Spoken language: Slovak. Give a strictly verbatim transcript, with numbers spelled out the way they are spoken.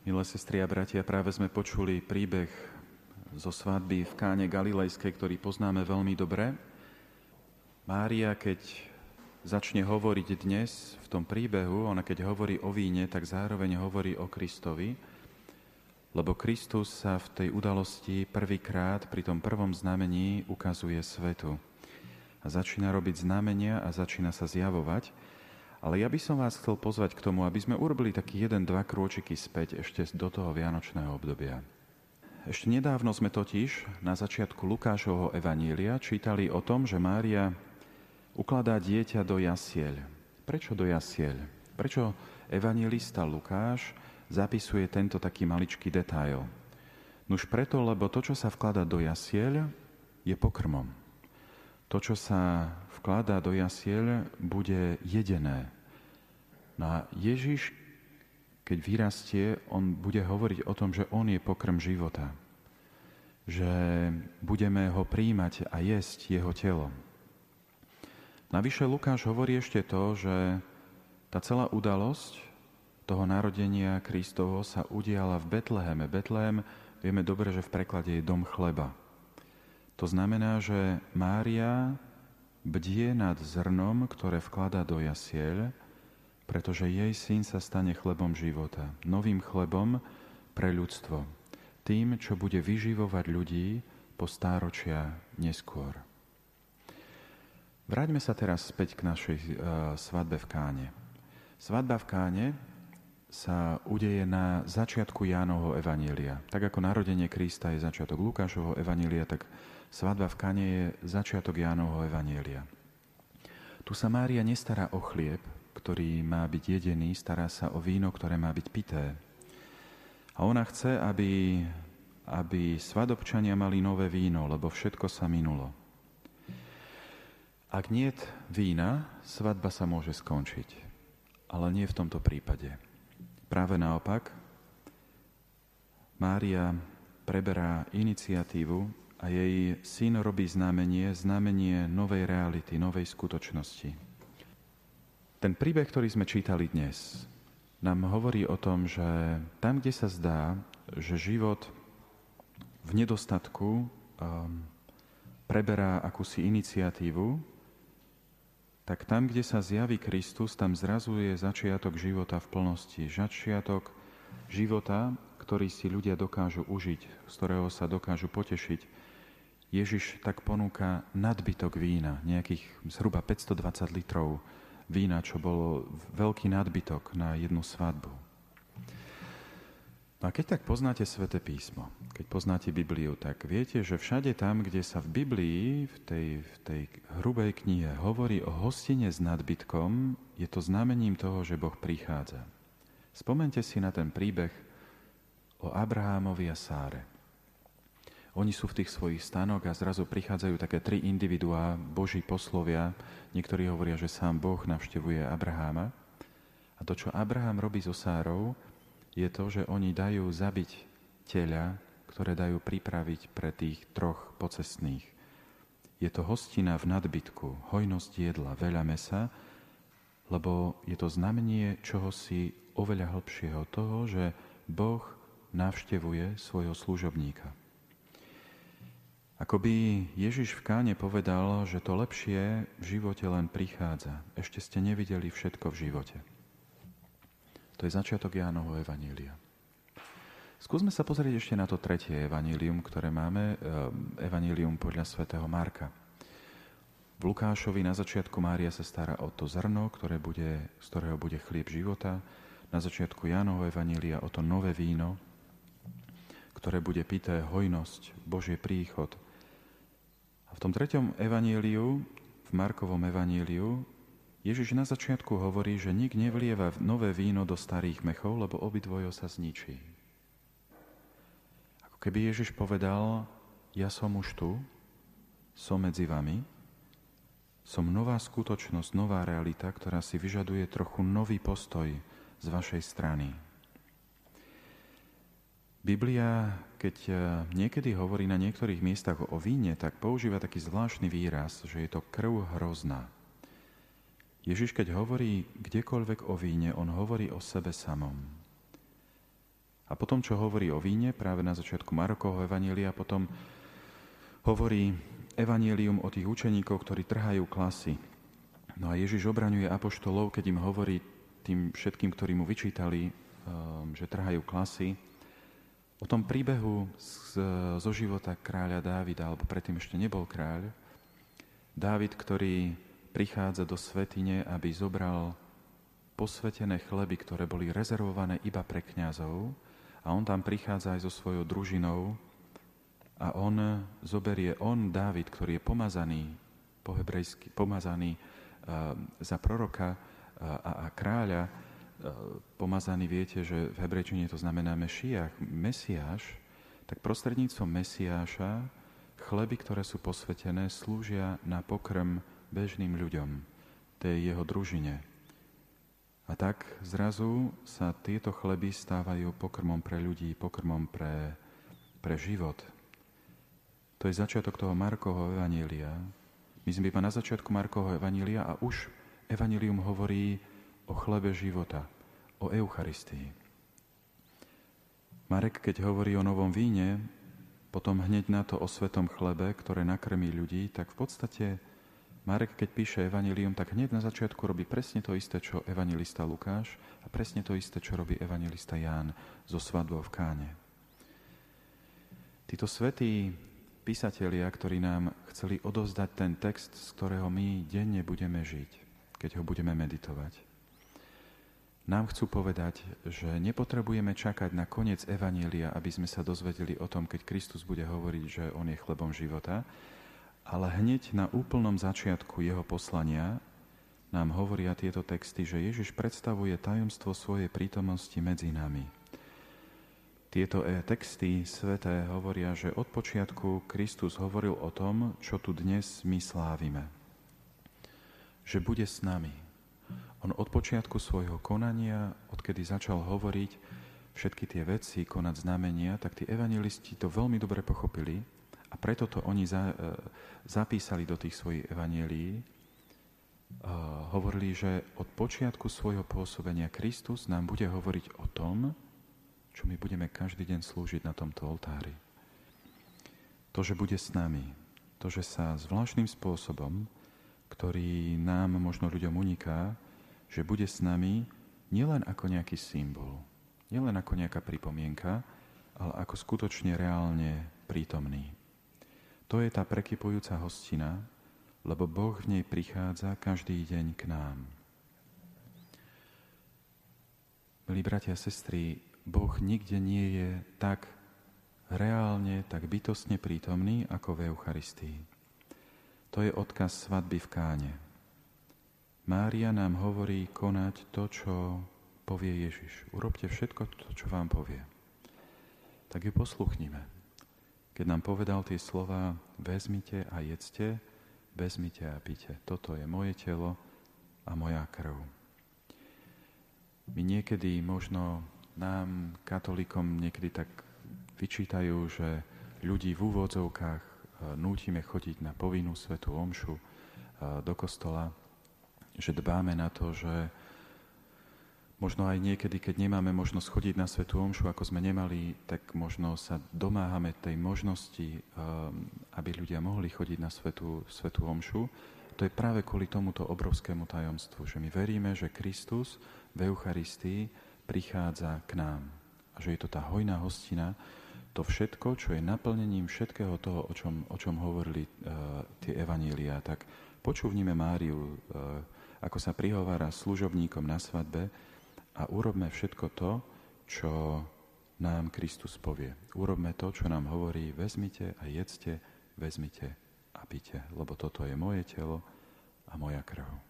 Milé sestry a bratia, práve sme počuli príbeh zo svadby v Káne Galilejskej, ktorý poznáme veľmi dobre. Mária, keď začne hovoriť dnes v tom príbehu, ona keď hovorí o víne, tak zároveň hovorí o Kristovi, lebo Kristus sa v tej udalosti prvýkrát pri tom prvom znamení ukazuje svetu. A začína robiť znamenia a začína sa zjavovať. Ale ja by som vás chcel pozvať k tomu, aby sme urobili taký jeden, dva krôčiky späť ešte do toho vianočného obdobia. Ešte nedávno sme totiž na začiatku Lukášovho evanília čítali o tom, že Mária ukladá dieťa do jasieľ. Prečo do jasieľ? Prečo evanjelista Lukáš zapisuje tento taký maličký detail? Nuž preto, lebo to, čo sa vkladá do jasieľ, je pokrmom. To, čo sa vkladá do jasieľ, bude jedené. No a Ježiš, keď vyrastie, on bude hovoriť o tom, že on je pokrm života. Že budeme ho prijímať a jesť jeho telo. Navyše Lukáš hovorí ešte to, že tá celá udalosť toho narodenia Kristovo sa udiala v Betleheme. Betlehem, vieme dobre, že v preklade je dom chleba. To znamená, že Mária bdie nad zrnom, ktoré vkladá do jasieľ, pretože jej syn sa stane chlebom života, novým chlebom pre ľudstvo, tým, čo bude vyživovať ľudí po stáročia neskôr. Vráťme sa teraz späť k našej uh, svadbe v Káne. Svadba v Káne sa udeje na začiatku Jánovho evanília. Tak ako narodenie Krista je začiatok Lukášovho evanília, tak svadba v Káne je začiatok Jánovho evanília. Tu sa Mária nestará o chlieb, ktorý má byť jedený, stará sa o víno, ktoré má byť pité. A ona chce, aby, aby svadobčania mali nové víno, lebo všetko sa minulo. Ak niet vína, svadba sa môže skončiť. Ale nie v tomto prípade. Práve naopak, Mária preberá iniciatívu a jej syn robí znamenie, znamenie novej reality, novej skutočnosti. Ten príbeh, ktorý sme čítali dnes, nám hovorí o tom, že tam, kde sa zdá, že život v nedostatku um, preberá akúsi iniciatívu, tak tam, kde sa zjaví Kristus, tam zrazu je začiatok života v plnosti. Začiatok života, ktorý si ľudia dokážu užiť, z ktorého sa dokážu potešiť. Ježiš tak ponúka nadbytok vína, nejakých zhruba päťstodvadsať litrov vína, čo bolo veľký nadbytok na jednu svadbu. A keď tak poznáte Sväté písmo, keď poznáte Bibliu, tak viete, že všade tam, kde sa v Biblii, v tej, v tej hrubej knihe hovorí o hostine s nadbytkom, je to znamením toho, že Boh prichádza. Spomeňte si na ten príbeh o Abrahámovi a Sáre. Oni sú v tých svojich stanoch a zrazu prichádzajú také tri individuá, Boží poslovia. Niektorí hovoria, že sám Boh navštevuje Abraháma. A to, čo Abrahám robí so Sárou, je to, že oni dajú zabiť teľa, ktoré dajú pripraviť pre tých troch pocestných. Je to hostina v nadbytku, hojnosť jedla, veľa mesa, lebo je to znamenie čohosi oveľa hlbšieho, toho, že Boh navštevuje svojho služobníka. Ako by Ježiš v Káne povedal, že to lepšie v živote len prichádza. Ešte ste nevideli všetko v živote. To je začiatok Jánovho evanília. Skúsme sa pozrieť ešte na to tretie evanílium, ktoré máme, evanílium podľa svätého Marka. V Lukášovi na začiatku Mária sa stará o to zrno, ktoré bude, z ktorého bude chlieb života. Na začiatku Jánovho evanília o to nové víno, ktoré bude pité, hojnosť, Božie príchod. A v tom treťom evaníliu, v Markovom evaníliu, Ježiš na začiatku hovorí, že nik nevlieva nové víno do starých mechov, lebo obidvojo sa zničí. Ako keby Ježiš povedal, ja som už tu, som medzi vami, som nová skutočnosť, nová realita, ktorá si vyžaduje trochu nový postoj z vašej strany. Biblia, keď niekedy hovorí na niektorých miestach o víne, tak používa taký zvláštny výraz, že je to krv hrozná. Ježiš, keď hovorí kdekoľvek o víne, on hovorí o sebe samom. A A potom, čo hovorí o víne, práve na začiatku Markovho evanjelia, potom hovorí evanjelium o tých učeníkoch, ktorí trhajú klasy. No a Ježiš obraňuje apoštolov, keď im hovorí tým všetkým, ktorí mu vyčítali, že trhajú klasy, o tom príbehu z, zo života kráľa Dávida, alebo predtým ešte nebol kráľ. Dávid, ktorý prichádza do svätyne, aby zobral posvätené chleby, ktoré boli rezervované iba pre kňazov, a on tam prichádza aj so svojou družinou a on zoberie, on, Dávid, ktorý je pomazaný, po hebrejsky, pomazaný uh, za proroka uh, a, a kráľa, pomazaný, viete, že v hebrejčine to znamená Mešiach, Mesiáš, tak prostredníctvom Mesiáša chleby, ktoré sú posvätené, slúžia na pokrm bežným ľuďom, tej jeho družine. A tak zrazu sa tieto chleby stávajú pokrmom pre ľudí, pokrmom pre, pre život. To je začiatok toho Markovho evanjelia. My sme iba na začiatku Markovho evanjelia a už evanjelium hovorí o chlebe života, o Eucharistii. Marek, keď hovorí o novom víne, potom hneď na to o svetom chlebe, ktoré nakrmí ľudí, tak v podstate Marek, keď píše evanjelium, tak hneď na začiatku robí presne to isté, čo evanjelista Lukáš a presne to isté, čo robí evanjelista Ján zo svadbou v Káne. Títo svätí písatelia, ktorí nám chceli odovzdať ten text, z ktorého my denne budeme žiť, keď ho budeme meditovať, nám chcú povedať, že nepotrebujeme čakať na koniec evanjelia, aby sme sa dozvedeli o tom, keď Kristus bude hovoriť, že on je chlebom života, ale hneď na úplnom začiatku jeho poslania nám hovoria tieto texty, že Ježiš predstavuje tajomstvo svojej prítomnosti medzi nami. Tieto texty sväté hovoria, že od počiatku Kristus hovoril o tom, čo tu dnes my slávime. Že bude s nami. On od počiatku svojho konania, odkedy začal hovoriť všetky tie veci, konať znamenia, tak tí evanjelisti to veľmi dobre pochopili a preto to oni za, e, zapísali do tých svojich evanjelií. E, hovorili, že od počiatku svojho pôsobenia Kristus nám bude hovoriť o tom, čo my budeme každý deň slúžiť na tomto oltári. To, že bude s nami, to, že sa zvláštnym spôsobom, ktorý nám možno ľuďom uniká, že bude s nami nielen ako nejaký symbol, nielen ako nejaká pripomienka, ale ako skutočne reálne prítomný. To je tá prekypujúca hostina, lebo Boh v nej prichádza každý deň k nám. Milí bratia a sestry, Boh nikde nie je tak reálne, tak bytostne prítomný ako v Eucharistii. To je odkaz svadby v Káne. Mária nám hovorí konať to, čo povie Ježiš. Urobte všetko to, čo vám povie. Tak ju posluchnime. Keď nám povedal tie slova, vezmite a jedzte, vezmite a pite. Toto je moje telo a moja krv. My niekedy možno nám, katolíkom, niekedy tak vyčítajú, že ľudí v úvodzovkách nútime chodiť na povinnú svätú omšu do kostola, že dbáme na to, že možno aj niekedy, keď nemáme možnosť chodiť na svätú omšu, ako sme nemali, tak možno sa domáhame tej možnosti, aby ľudia mohli chodiť na svätú, svätú omšu. To je práve kvôli tomuto obrovskému tajomstvu, že my veríme, že Kristus v Eucharistii prichádza k nám a že je to tá hojná hostina, to všetko, čo je naplnením všetkého toho, o čom, o čom hovorili uh, tie evanjeliá. Tak počúvnime Máriu, uh, ako sa prihovára služobníkom na svadbe a urobme všetko to, čo nám Kristus povie. Urobme to, čo nám hovorí, vezmite a jedzte, vezmite a pite, lebo toto je moje telo a moja krv.